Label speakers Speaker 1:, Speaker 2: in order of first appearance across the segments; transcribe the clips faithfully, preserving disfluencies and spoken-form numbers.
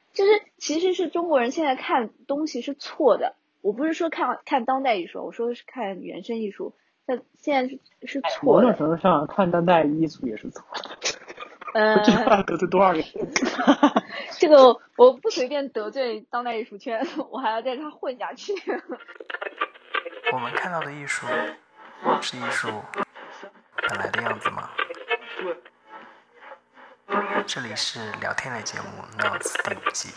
Speaker 1: 就是其实是中国人现在看东西是错的。我不是说看看当代艺术，我说是看原生艺术，那现在是是错的。
Speaker 2: 某种程度上看当代艺术也是错的。我这句
Speaker 1: 呃，
Speaker 2: 话得罪多少人？
Speaker 1: 这个我不随便得罪当代艺术圈，我还要在这混下去。
Speaker 3: 我们看到的艺术是艺术本来的样子吗？这里是聊天类节目《Notes》第五季。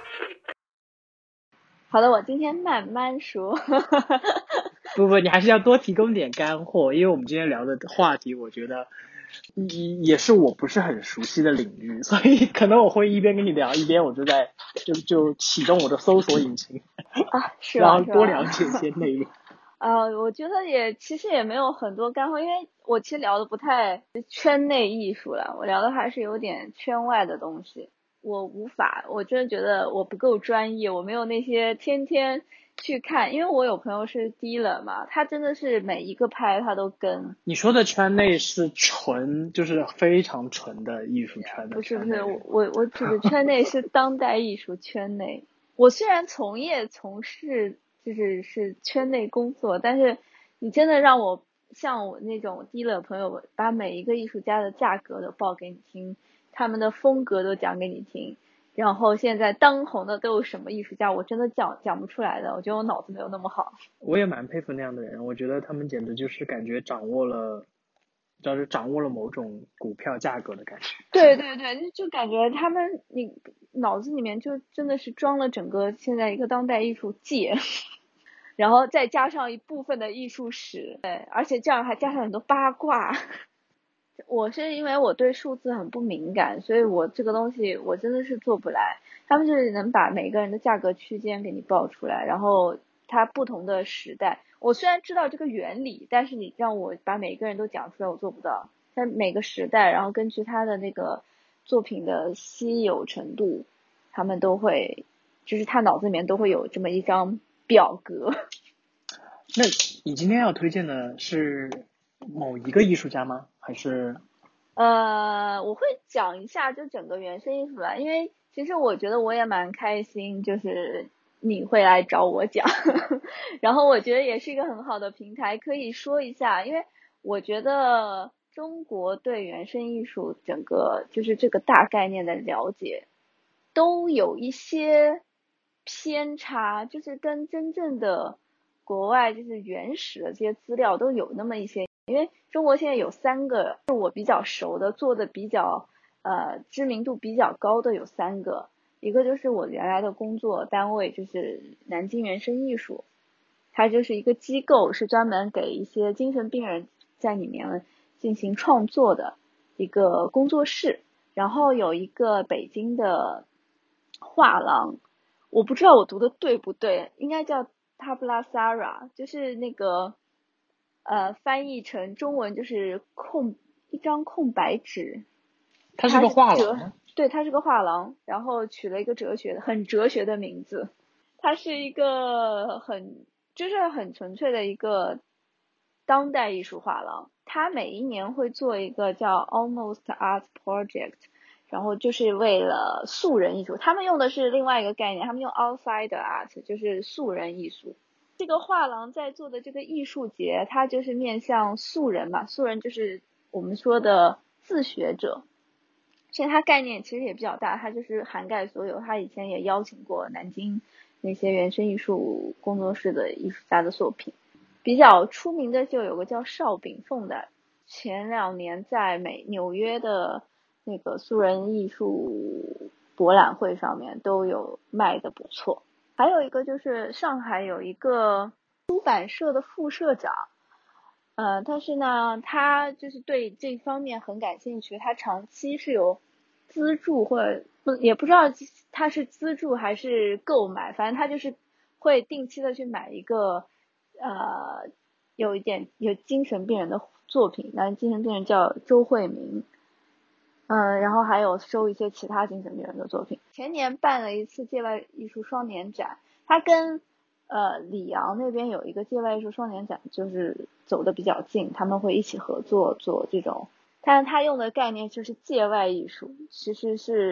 Speaker 1: 好的，我今天慢慢说。
Speaker 2: 不不，你还是要多提供点干货，因为我们今天聊的话题，我觉得也是我不是很熟悉的领域，所以可能我会一边跟你聊，一边我就在就就启动我的搜索引擎
Speaker 1: 啊，是
Speaker 2: 然
Speaker 1: 吧？
Speaker 2: 后多了解一些内容。
Speaker 1: 呃，我觉得也其实也没有很多干货，因为我其实聊的不太圈内艺术了，我聊的还是有点圈外的东西。我无法，我真的觉得我不够专业，我没有那些天天去看，因为我有朋友是 dealer 嘛，他真的是每一个拍他都跟。
Speaker 2: 你说的圈内是纯，就是非常纯的艺术圈的
Speaker 1: 不是不是，
Speaker 2: 圈内人。
Speaker 1: 我我指的圈内是当代艺术圈内。我虽然从业从事就是是圈内工作，但是你真的让我像我那种低了朋友，把每一个艺术家的价格都报给你听，他们的风格都讲给你听，然后现在当红的都有什么艺术家，我真的讲讲不出来的，我觉得我脑子没有那么好。
Speaker 2: 我也蛮佩服那样的人，我觉得他们简直就是感觉掌握了，就是掌握了某种股票价格的感觉。
Speaker 1: 对对对，就感觉他们你脑子里面就真的是装了整个现在一个当代艺术界。然后再加上一部分的艺术史，对，而且这样还加上很多八卦。我是因为我对数字很不敏感，所以我这个东西我真的是做不来。他们就是能把每个人的价格区间给你报出来，然后它不同的时代，我虽然知道这个原理，但是你让我把每个人都讲出来，我做不到。但每个时代，然后根据他的那个作品的稀有程度，他们都会，就是他脑子里面都会有这么一张表格。
Speaker 2: 那你今天要推荐的是某一个艺术家吗？还是？
Speaker 1: 呃，我会讲一下就整个原生艺术啦，因为其实我觉得我也蛮开心，就是你会来找我讲。然后我觉得也是一个很好的平台，可以说一下，因为我觉得中国对原生艺术整个就是这个大概念的了解都有一些偏差，就是跟真正的国外就是原始的这些资料都有那么一些。因为中国现在有三个是我比较熟的，做的比较呃知名度比较高的有三个，一个就是我原来的工作单位，就是南京原生艺术，它就是一个机构，是专门给一些精神病人在里面进行创作的一个工作室。然后有一个北京的画廊，我不知道我读的对不对，应该叫 Tabla Sara， 就是那个呃翻译成中文就是空一张空白纸。
Speaker 2: 它是个画廊吗？
Speaker 1: 对，它是个画廊，然后取了一个哲学的很哲学的名字。它是一个很就是很纯粹的一个当代艺术画廊，它每一年会做一个叫 Almost Art Project， 然后就是为了素人艺术，他们用的是另外一个概念，他们用 Outside Art， 就是素人艺术。这个画廊在做的这个艺术节，它就是面向素人嘛，素人就是我们说的自学者。其实它概念其实也比较大，它就是涵盖所有。他以前也邀请过南京那些原生艺术工作室的艺术家的作品，比较出名的就有个叫邵炳凤的，前两年在美纽约的那个素人艺术博览会上面都有卖的不错。还有一个就是上海有一个出版社的副社长，呃，但是呢，他就是对这方面很感兴趣，他长期是有资助或者不也不知道他是资助还是购买，反正他就是会定期的去买一个呃有一点有精神病人的作品，那精神病人叫周慧明，嗯、呃，然后还有收一些其他精神病人的作品。前年办了一次界外艺术双年展，他跟呃，里昂那边有一个界外艺术双年展，就是走的比较近，他们会一起合作做这种，但是他用的概念就是界外艺术，其实是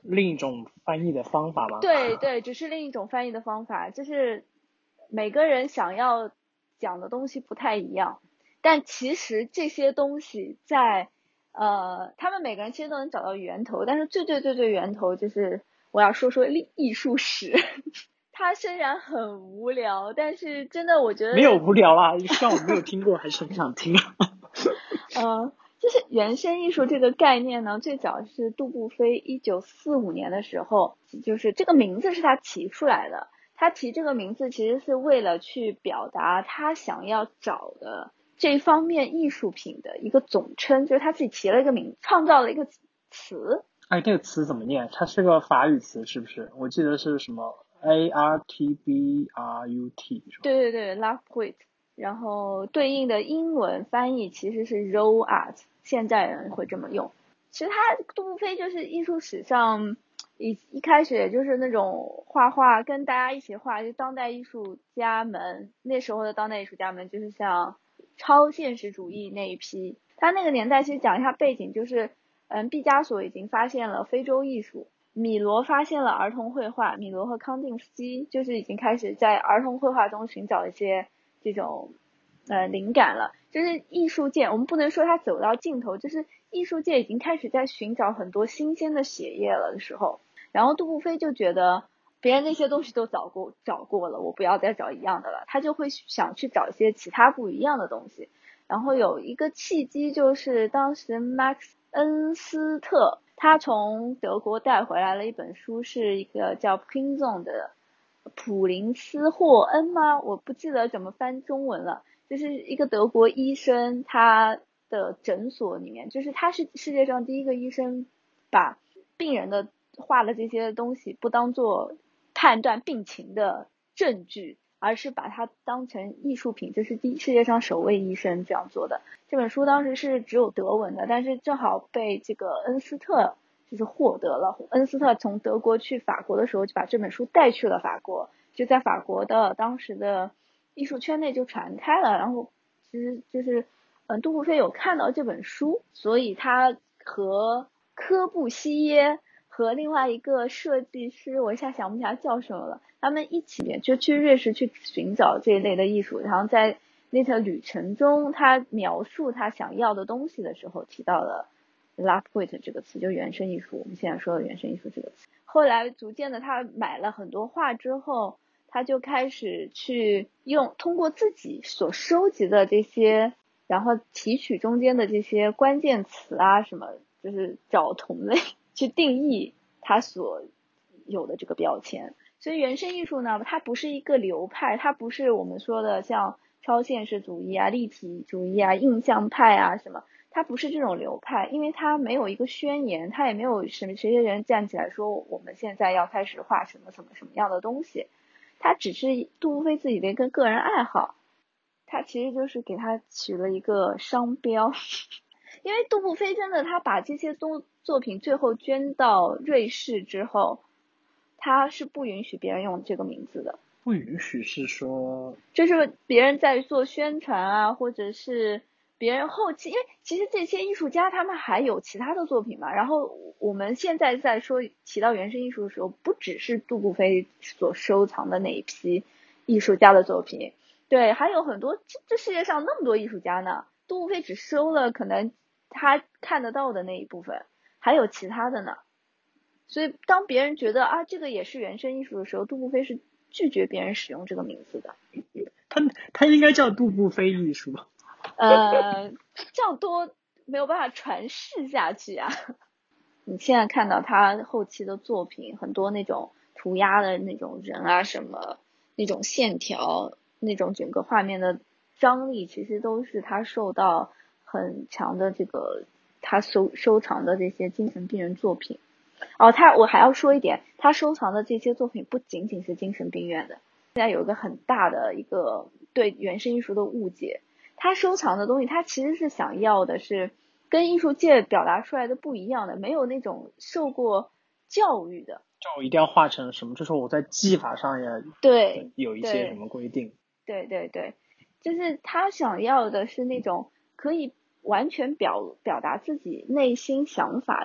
Speaker 2: 另一种翻译的方法吗？
Speaker 1: 对对，只是另一种翻译的方法，就是每个人想要讲的东西不太一样，但其实这些东西在呃，他们每个人其实都能找到源头，但是最最最最源头就是我要说说艺艺术史。它虽然很无聊，但是真的我觉得
Speaker 2: 没有无聊啊，虽然我没有听过，还是很想听。
Speaker 1: 呃，就是原生艺术这个概念呢，最早是杜布菲一九四五年的时候，就是这个名字是他提出来的。他提这个名字其实是为了去表达他想要找的这方面艺术品的一个总称，就是他自己提了一个名，创造了一个词。
Speaker 2: 哎，这个词怎么念？它是个法语词是不是？我记得是什么 A R T B R U T 是吧？
Speaker 1: 对对对 L'art brut， 然后对应的英文翻译其实是 raw art， 现在人会这么用。其实他杜布菲就是艺术史上一一开始也就是那种画画跟大家一起画，就当代艺术家们，那时候的当代艺术家们就是像超现实主义那一批。他那个年代其实讲一下背景，就是嗯，毕加索已经发现了非洲艺术，米罗发现了儿童绘画，米罗和康定斯基就是已经开始在儿童绘画中寻找一些这种呃灵感了。就是艺术界，我们不能说它走到尽头，就是艺术界已经开始在寻找很多新鲜的血液了的时候，然后杜布菲就觉得别人那些东西都找过找过了，我不要再找一样的了，他就会想去找一些其他不一样的东西。然后有一个契机，就是当时 Max 恩斯特他从德国带回来了一本书，是一个叫 Pinzon 的普林斯霍恩吗？我不记得怎么翻中文了。就是一个德国医生，他的诊所里面，就是他是世界上第一个医生把病人的画的这些东西不当做判断病情的证据，而是把它当成艺术品，这是第世界上首位医生这样做的。这本书当时是只有德文的，但是正好被这个恩斯特就是获得了。恩斯特从德国去法国的时候就把这本书带去了法国，就在法国的当时的艺术圈内就传开了。然后其实就是嗯，杜布菲有看到这本书，所以他和科布西耶和另外一个设计师，我一下想不起来叫什么了，他们一起就去瑞士去寻找这一类的艺术。然后在那条旅程中，他描述他想要的东西的时候提到了 l'art brut 这个词，就原生艺术，我们现在说的原生艺术这个词。后来逐渐的他买了很多画之后，他就开始去用通过自己所收集的这些，然后提取中间的这些关键词啊什么，就是找同类去定义他所有的这个标签。所以原生艺术呢，它不是一个流派，它不是我们说的像超现实主义啊、立体主义啊、印象派啊什么，它不是这种流派，因为它没有一个宣言，它也没有什么谁谁人站起来说我们现在要开始画什么什么什么样的东西，它只是杜布菲自己的一个个人爱好，它其实就是给他取了一个商标。因为杜布菲真的他把这些作作品最后捐到瑞士之后，他是不允许别人用这个名字的。
Speaker 2: 不允许是说，
Speaker 1: 就是别人在做宣传啊，或者是别人后期，因为其实这些艺术家他们还有其他的作品嘛。然后我们现在在说提到原生艺术的时候，不只是杜布菲所收藏的那一批艺术家的作品，对，还有很多，这这世界上那么多艺术家呢，杜布菲只收了可能他看得到的那一部分，还有其他的呢。所以当别人觉得啊这个也是原生艺术的时候，杜布菲是拒绝别人使用这个名字的。
Speaker 2: 他他应该叫杜布菲艺术。
Speaker 1: 呃，这样多没有办法传世下去啊。你现在看到他后期的作品，很多那种涂鸦的那种人啊什么，那种线条，那种整个画面的张力，其实都是他受到很强的这个他收收藏的这些精神病人作品。哦，他我还要说一点，他收藏的这些作品不仅仅是精神病院的。现在有一个很大的一个对原生艺术的误解，他收藏的东西他其实是想要的是跟艺术界表达出来的不一样的，没有那种受过教育的，
Speaker 2: 就我一定要画成什么，就是我在技法上也
Speaker 1: 对
Speaker 2: 有一些什么规定。
Speaker 1: 对对对，就是他想要的是那种可以完全表表达自己内心想法的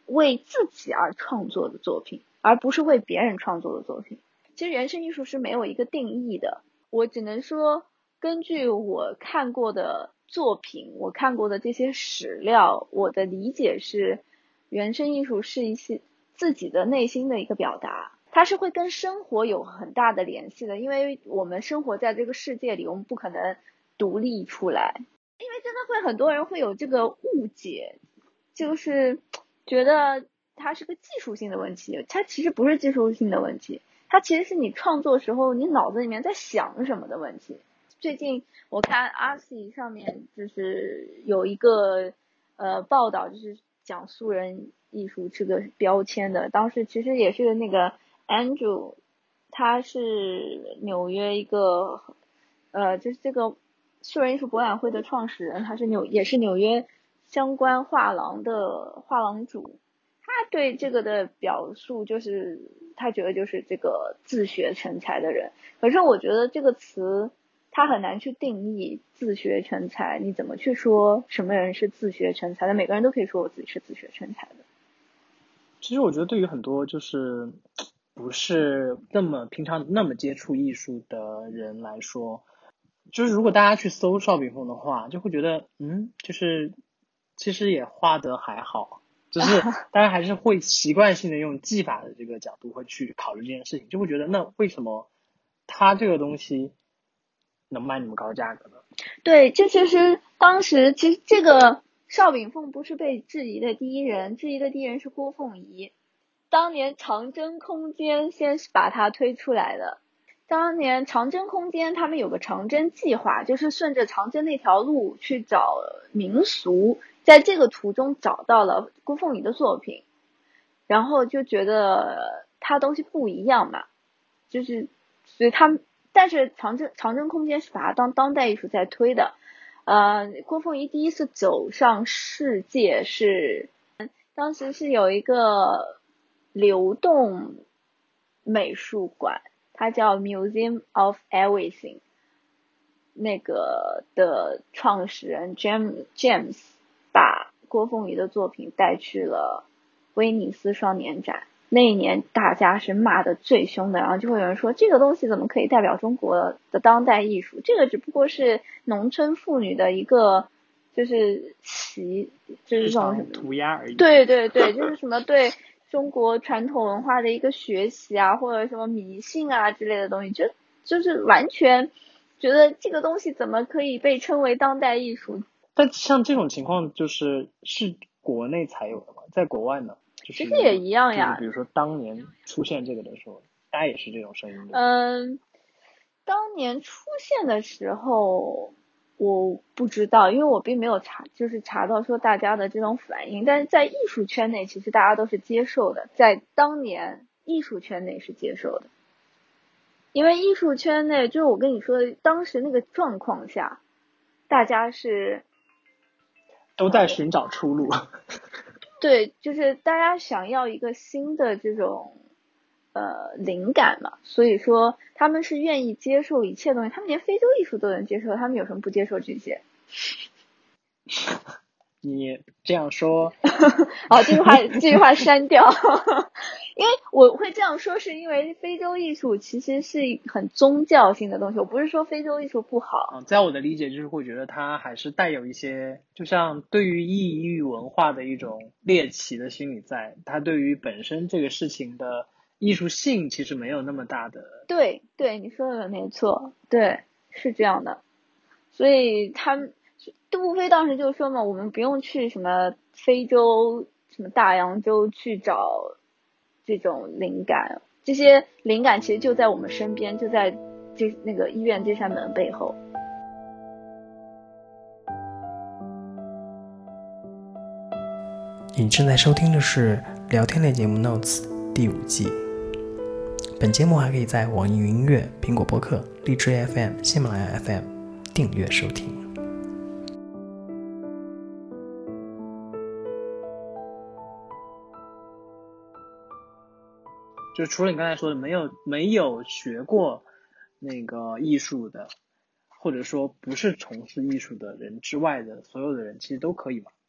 Speaker 1: 为自己而创作的作品，而不是为别人创作的作品。其实原生艺术是没有一个定义的，我只能说根据我看过的作品，我看过的这些史料，我的理解是原生艺术是一些自己的内心的一个表达，它是会跟生活有很大的联系的，因为我们生活在这个世界里，我们不可能独立出来。因为真的会很多人会有这个误解，就是觉得它是个技术性的问题，它其实不是技术性的问题，它其实是你创作时候你脑子里面在想什么的问题。最近我看 R C 上面就是有一个呃报道，就是讲素人艺术这个标签的，当时其实也是那个 Andrew， 他是纽约一个呃就是这个素人艺术博览会的创始人，他是纽也是纽约相关画廊的画廊主，他对这个的表述就是他觉得就是这个自学成才的人。可是我觉得这个词他很难去定义自学成才，你怎么去说什么人是自学成才的？每个人都可以说我自己是自学成才的。
Speaker 2: 其实我觉得对于很多就是不是那么平常那么接触艺术的人来说，就是如果大家去搜邵炳凤的话，就会觉得嗯，就是其实也画得还好，就是大家还是会习惯性的用技法的这个角度会去考虑这件事情，就会觉得那为什么他这个东西能卖那么高价格呢？
Speaker 1: 对，这其实当时其实这个邵炳凤不是被质疑的第一人，质疑的第一人是郭凤仪。当年长征空间先是把它推出来的。当年长征空间他们有个长征计划，就是顺着长征那条路去找民俗，在这个途中找到了郭凤仪的作品，然后就觉得他东西不一样嘛，就是所以他们但是长征长征空间是把它当当代艺术在推的。呃，郭凤仪第一次走上世界是当时是有一个流动美术馆，它叫 Museum of Everything， 那个的创始人 James James 把郭凤仪的作品带去了威尼斯双年展。那一年大家是骂的最凶的，然后就会有人说这个东西怎么可以代表中国的当代艺术，这个只不过是农村妇女的一个就是习就是这种什么
Speaker 2: 涂鸦而已。
Speaker 1: 对对对，就是什么对中国传统文化的一个学习啊，或者什么迷信啊之类的东西，就就是完全觉得这个东西怎么可以被称为当代艺术。
Speaker 2: 但像这种情况就是是国内才有的嘛，在国外呢就是
Speaker 1: 其实也一样呀，
Speaker 2: 就是比如说当年出现这个的时候，大家也是这种声音的。
Speaker 1: 嗯，当年出现的时候我不知道，因为我并没有查，就是查到说大家的这种反应，但是在艺术圈内其实大家都是接受的，在当年艺术圈内是接受的，因为艺术圈内就是我跟你说的当时那个状况下，大家是
Speaker 2: 都在寻找出路。
Speaker 1: 对，就是大家想要一个新的这种呃灵感嘛，所以说他们是愿意接受一切东西，他们连非洲艺术都能接受，他们有什么不接受这些？
Speaker 2: 你这样说
Speaker 1: 好，这句话这句话删掉。因为我会这样说是因为非洲艺术其实是很宗教性的东西，我不是说非洲艺术不好。
Speaker 2: 嗯，在我的理解就是会觉得它还是带有一些就像对于异域文化的一种猎奇的心理在，它对于本身这个事情的艺术性其实没有那么大的。
Speaker 1: 对对，你说的没错，对，是这样的。所以他们杜布菲当时就说嘛，我们不用去什么非洲什么大洋洲去找这种灵感，这些灵感其实就在我们身边，就在这那个医院这扇门背后。
Speaker 3: 你正在收听的是聊天类节目 Notes 第五季。本节目还可以在网易云音乐、苹果播客、荔枝 F M、喜马拉雅 F M 订阅收听。
Speaker 2: 就除了你刚才说的没有没有学过那个艺术的，或者说不是从事艺术的人之外的所有的人其实都可以嘛，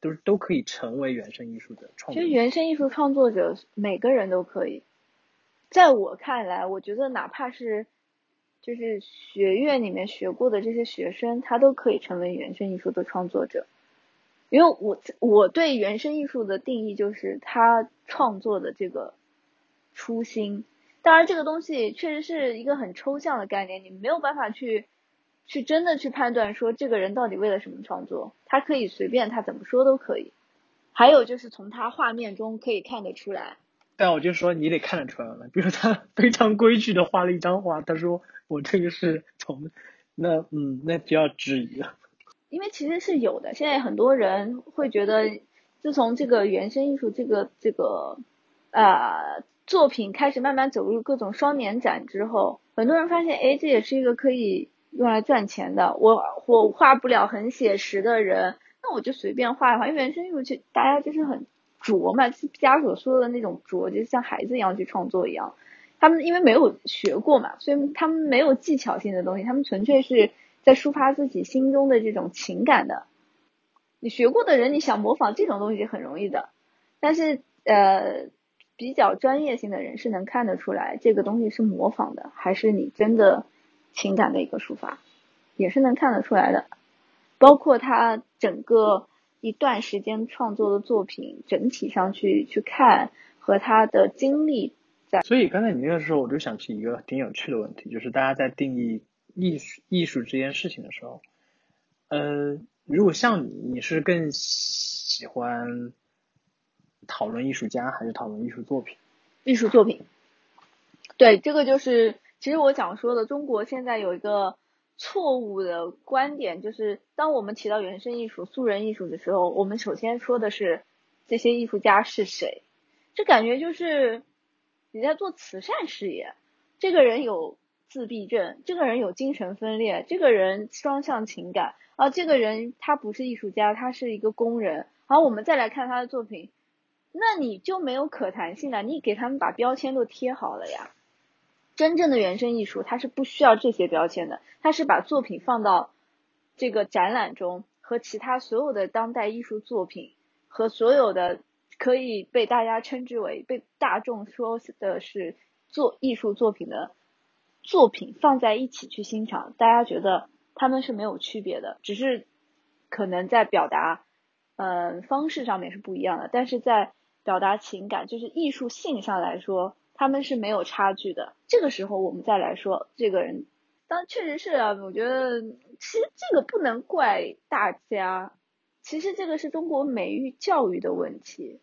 Speaker 2: 都都可以成为原生艺术的创作者。
Speaker 1: 其实原生艺术创作者每个人都可以，在我看来，我觉得哪怕是就是学院里面学过的这些学生，他都可以成为原生艺术的创作者。因为我我对原生艺术的定义就是他创作的这个初心。当然这个东西确实是一个很抽象的概念，你没有办法去去真的去判断说这个人到底为了什么创作，他可以随便他怎么说都可以。还有就是从他画面中可以看得出来。
Speaker 2: 但我就说你得看得出来了，比如他非常规矩的画了一张画，他说我这个是从那嗯那就要质疑了。
Speaker 1: 因为其实是有的，现在很多人会觉得自从这个原生艺术这个这个呃作品开始慢慢走入各种双年展之后，很多人发现哎这也是一个可以用来赚钱的。我我画不了很写实的人，那我就随便画一画。因为原生艺术其实大家就是很拙嘛，毕加索说的那种拙，就像孩子一样去创作一样。他们因为没有学过嘛，所以他们没有技巧性的东西，他们纯粹是在抒发自己心中的这种情感的。你学过的人，你想模仿这种东西很容易的，但是呃，比较专业性的人是能看得出来这个东西是模仿的，还是你真的情感的一个抒发，也是能看得出来的。包括他整个一段时间创作的作品，整体上去去看和他的经历在。
Speaker 2: 所以刚才你那个时候，我就想起一个挺有趣的问题，就是大家在定义艺术艺术这件事情的时候，呃，如果像你，你是更喜欢讨论艺术家还是讨论艺术作品？
Speaker 1: 艺术作品。对，这个就是其实我想说的，中国现在有一个错误的观点，就是当我们提到原生艺术、素人艺术的时候，我们首先说的是这些艺术家是谁。这感觉就是你在做慈善事业，这个人有自闭症，这个人有精神分裂，这个人双向情感啊，这个人他不是艺术家，他是一个工人。好，我们再来看他的作品，那你就没有可谈性了，你给他们把标签都贴好了呀。真正的原生艺术它是不需要这些标签的，它是把作品放到这个展览中，和其他所有的当代艺术作品和所有的可以被大家称之为被大众说的是做艺术作品的作品放在一起去欣赏，大家觉得他们是没有区别的，只是可能在表达嗯方式上面是不一样的，但是在表达情感就是艺术性上来说他们是没有差距的。这个时候我们再来说这个人，当然确实是啊，我觉得其实这个不能怪大家，其实这个是中国美育教育的问题。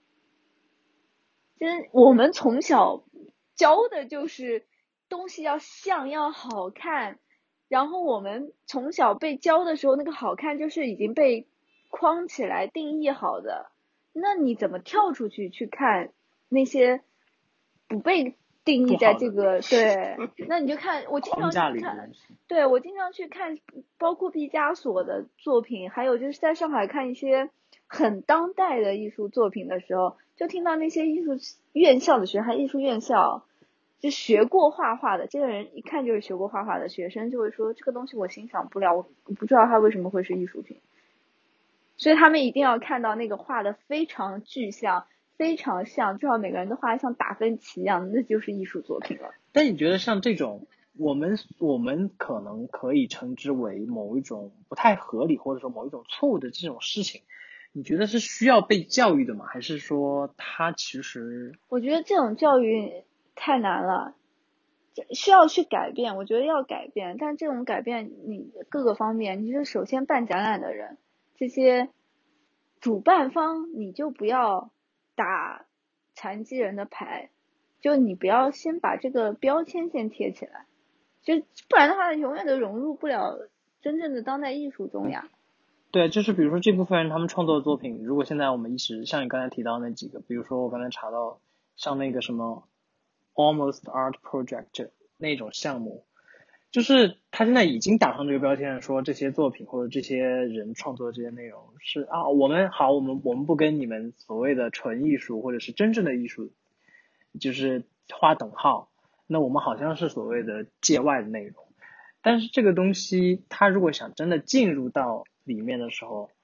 Speaker 1: 其实我们从小教的就是东西要像要好看，然后我们从小被教的时候，那个好看就是已经被框起来定义好的，那你怎么跳出去去看那些不被定义在这个对，那你就看我经常去看，对我经常去看包括毕加索的作品，还有就是在上海看一些很当代的艺术作品的时候，就听到那些艺术院校的学生，还艺术院校就学过画画的，这个人一看就是学过画画的学生就会说这个东西我欣赏不了，我不知道它为什么会是艺术品。所以他们一定要看到那个画的非常具象非常像，至少每个人都画得像达芬奇一样，那就是艺术作品了。
Speaker 2: 但你觉得像这种我们我们可能可以称之为某一种不太合理或者说某一种错误的这种事情，你觉得是需要被教育的吗？还是说它其实
Speaker 1: 我觉得这种教育太难了，需要去改变，我觉得要改变，但这种改变你各个方面，你是首先办展览的人，这些主办方你就不要打残疾人的牌，就你不要先把这个标签先贴起来，就不然的话永远都融入不了真正的当代艺术中呀。
Speaker 2: 对，就是比如说这部分人他们创作的作品，如果现在我们一直像你刚才提到那几个，比如说我刚才查到像那个什么 Almost Art Project 那种项目，就是他现在已经打上这个标签，说这些作品或者这些人创作的这些内容是啊，我们好，我们我们不跟你们所谓的纯艺术或者是真正的艺术就是划等号，那我们好像是所谓的界外的内容。但是这个东西它如果想真的进入到里面的时候，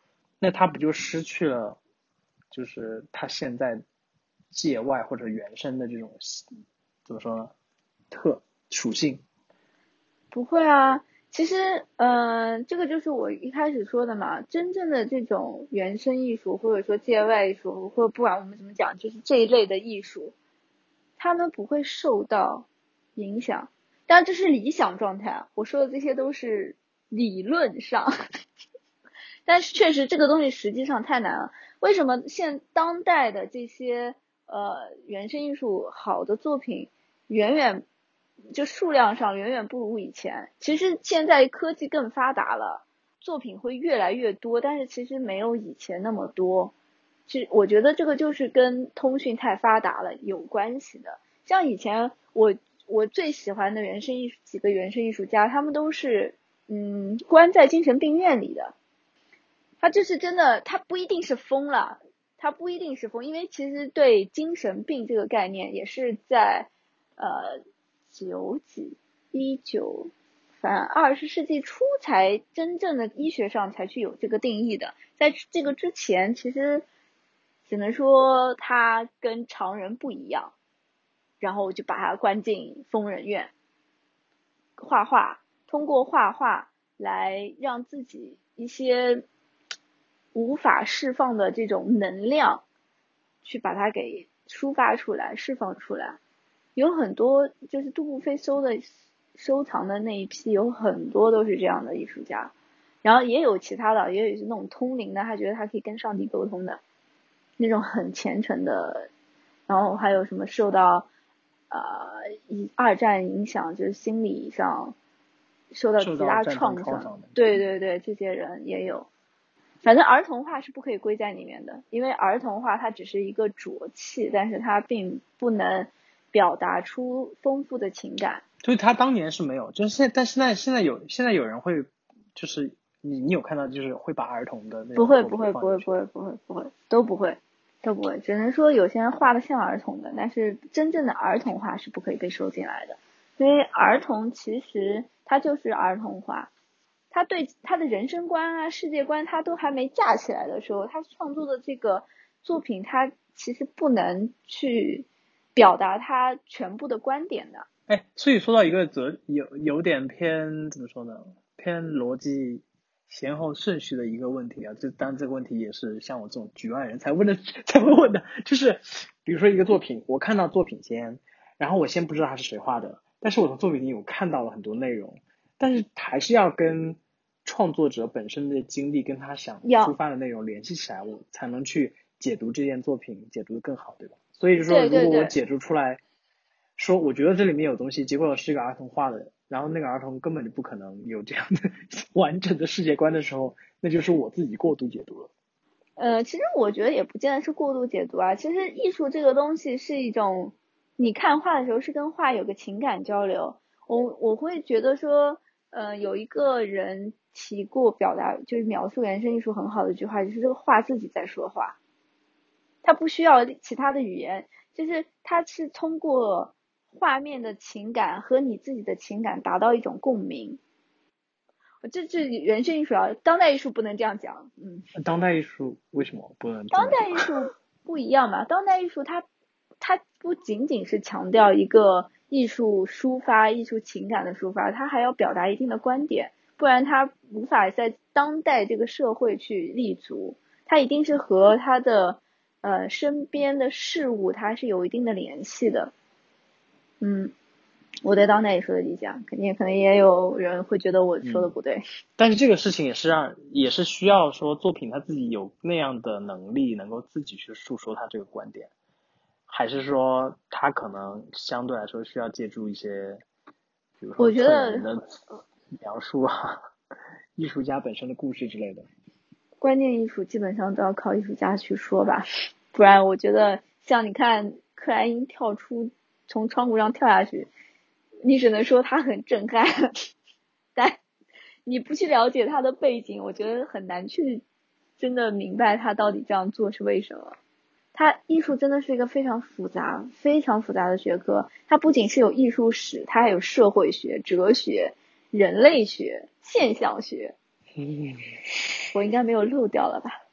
Speaker 2: 那他不就失去了就是他现在界外或者原生的这种怎么说呢特属性？
Speaker 1: 不会啊，其实呃这个就是我一开始说的嘛，真正的这种原生艺术或者说界外艺术，或者不管我们怎么讲，就是这一类的艺术，他们不会受到影响。当然这是理想状态啊，我说的这些都是理论上但是确实这个东西实际上太难了。为什么现当代的这些呃原生艺术好的作品远远就数量上远远不如以前？其实现在科技更发达了，作品会越来越多，但是其实没有以前那么多。其实我觉得这个就是跟通讯太发达了有关系的。像以前我我最喜欢的原生艺术几个原生艺术家，他们都是嗯关在精神病院里的。他就是真的，他不一定是疯了，他不一定是疯，因为其实对精神病这个概念也是在呃九几一九，反正二十世纪初才真正的医学上才去有这个定义的。在这个之前，其实只能说他跟常人不一样，然后就把他关进疯人院，画画，通过画画来让自己一些无法释放的这种能量去把它给抒发出来释放出来。有很多就是杜布菲收的收藏的那一批有很多都是这样的艺术家，然后也有其他的，也有是那种通灵的，他觉得他可以跟上帝沟通的那种很虔诚的，然后还有什么受到呃二战影响，就是心理上受到极大创伤，对对对，这些人也有。反正儿童画是不可以归在里面的，因为儿童画它只是一个着器，但是它并不能表达出丰富的情感。
Speaker 2: 所以他当年是没有，就是现但现在现在有现在有人会就是你你有看到就是会把儿童的那种
Speaker 1: 不会不会不会不会不会不会都不会都不会，只能说有些人画的像儿童的，但是真正的儿童画是不可以被收进来的，因为儿童其实他就是儿童画。他对他的人生观啊世界观他都还没架起来的时候，他创作的这个作品他其实不能去表达他全部的观点的。
Speaker 2: 哎，所以说到一个则有有点偏怎么说呢，偏逻辑先后顺序的一个问题啊，就当然这个问题也是像我这种局外人才问的才会问的，就是比如说一个作品，我看到作品先，然后我先不知道他是谁画的，但是我从作品里我看到了很多内容，但是还是要跟创作者本身的经历跟他想抒发的内容联系起来，我才能去解读这件作品，解读的更好，对吧？所以就说如果我解读出来说我觉得这里面有东西，结果是一个儿童画的，然后那个儿童根本就不可能有这样的完整的世界观的时候，那就是我自己过度解读了。
Speaker 1: 呃，其实我觉得也不见得是过度解读啊，其实艺术这个东西是一种你看画的时候是跟画有个情感交流。我我会觉得说呃，有一个人提过表达就是描述原生艺术很好的一句话，就是这个画自己在说话，它不需要其他的语言，就是它是通过画面的情感和你自己的情感达到一种共鸣。这这原生艺术啊，当代艺术不能这样讲。嗯，
Speaker 2: 当代艺术为什么不能？
Speaker 1: 当代艺术不一样嘛，当代艺术它它不仅仅是强调一个艺术抒发艺术情感的抒发，它还要表达一定的观点，不然它无法在当代这个社会去立足，它一定是和它的呃身边的事物它是有一定的联系的。嗯，我对当代艺术的理解，肯定可能也有人会觉得我说的不对、嗯、
Speaker 2: 但是这个事情也是让也是需要说作品他自己有那样的能力能够自己去诉说他这个观点，还是说他可能相对来说需要借助一些比如说特人的描述啊，艺术家本身的故事之类的。
Speaker 1: 关键艺术基本上都要靠艺术家去说吧，不然我觉得像你看克莱因跳出从窗户上跳下去，你只能说他很震撼，但你不去了解他的背景，我觉得很难去真的明白他到底这样做是为什么。他艺术真的是一个非常复杂非常复杂的学科，它不仅是有艺术史，它还有社会学、哲学、人类学、现象学。嗯，我应该没有漏掉了吧？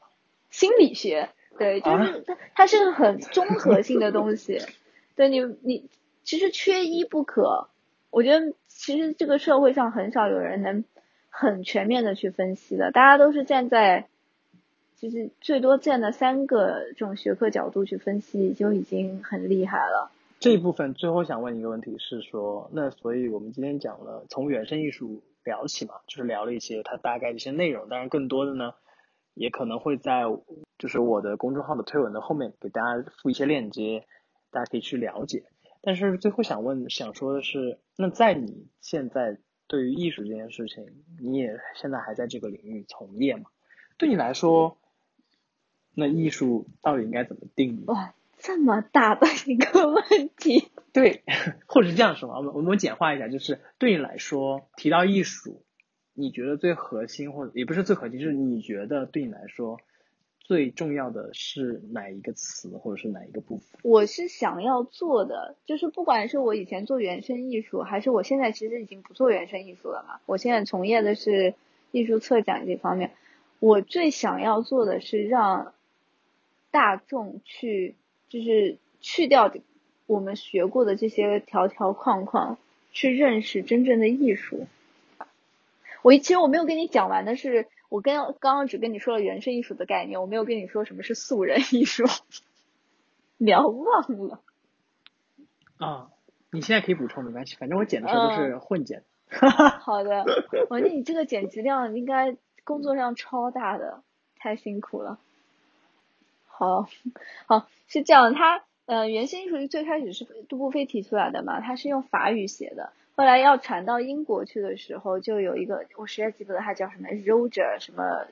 Speaker 1: 心理学，对，就是它它是个很综合性的东西。对你你其实缺一不可，我觉得其实这个社会上很少有人能很全面的去分析的，大家都是站在其实最多站在三个这种学科角度去分析就已经很厉害了。
Speaker 2: 这一部分最后想问一个问题是说，那所以我们今天讲了从原生艺术聊起嘛，就是聊了一些它大概的一些内容，当然更多的呢也可能会在就是我的公众号的推文的后面给大家附一些链接，大家可以去了解。但是最后想问想说的是，那在你现在对于艺术这件事情，你也现在还在这个领域从业嘛，对你来说那艺术到底应该怎么定义？
Speaker 1: 哇，这么大的一个问题。
Speaker 2: 对，或者是这样说嘛，我们我们简化一下，就是对你来说提到艺术，你觉得最核心，或者也不是最核心，就是你觉得对你来说最重要的是哪一个词，或者是哪一个部分？
Speaker 1: 我是想要做的，就是不管是我以前做原生艺术，还是我现在其实已经不做原生艺术了嘛，我现在从业的是艺术策展这方面，我最想要做的是让大众去就是去掉我们学过的这些条条框框，去认识真正的艺术。我其实我没有跟你讲完的是，我跟刚刚只跟你说了原生艺术的概念，我没有跟你说什么是素人艺术，聊忘了。
Speaker 2: 啊，你现在可以补充没关系，反正我剪的时候都是混剪。
Speaker 1: 嗯、好的，我觉得你这个剪辑量应该工作量超大的，太辛苦了。好，好，是这样，他呃原生艺术最开始是杜布菲提出来的嘛，他是用法语写的，后来要传到英国去的时候，就有一个我实在记不得他叫什么 Roger 什么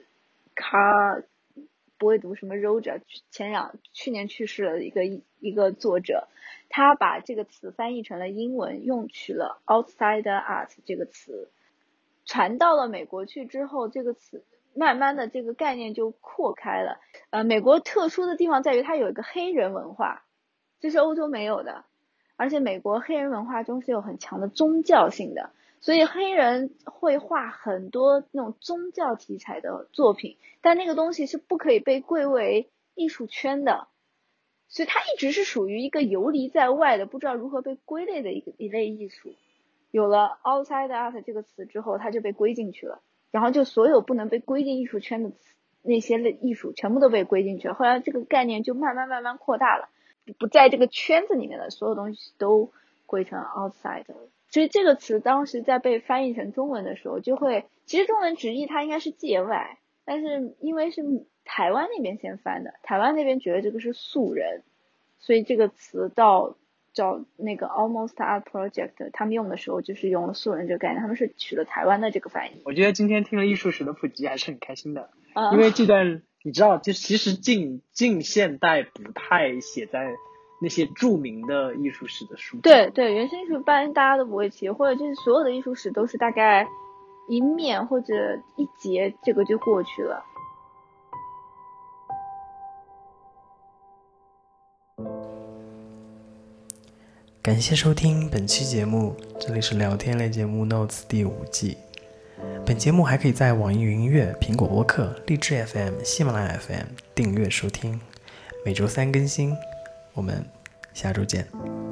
Speaker 1: Car 不会读什么 Roger， 前两去年去世了的一个一个作者，他把这个词翻译成了英文，用取了 outsider art 这个词，传到了美国去之后，这个词慢慢的这个概念就扩开了。呃，美国特殊的地方在于它有一个黑人文化，这是欧洲没有的，而且美国黑人文化中是有很强的宗教性的，所以黑人会画很多那种宗教题材的作品，但那个东西是不可以被归为艺术圈的，所以它一直是属于一个游离在外的，不知道如何被归类的一个一类艺术。有了 outside art 这个词之后，它就被归进去了，然后就所有不能被归进艺术圈的那些类艺术全部都被归进去了，后来这个概念就慢慢慢慢扩大了，不在这个圈子里面的所有东西都归成 outside。 所以这个词当时在被翻译成中文的时候，就会其实中文直译它应该是界外，但是因为是台湾那边先翻的，台湾那边觉得这个是素人，所以这个词到找那个 Almost Art Project 他们用的时候就是用了素人这个概念，他们是取了台湾的这个翻译。
Speaker 2: 我觉得今天听了艺术史的普及还是很开心的、
Speaker 1: 嗯、
Speaker 2: 因为这段你知道就其实近近现代不太写在那些著名的艺术史的书。
Speaker 1: 对对，原生艺术一般大家都不会提，或者就是所有的艺术史都是大概一面或者一节这个就过去了。
Speaker 3: 感谢收听本期节目，这里是聊天类节目 Notes 第五季。本节目还可以在网易云音乐、苹果播客、荔枝 F M、喜马拉雅 F M 订阅收听，每周三更新。我们下周见。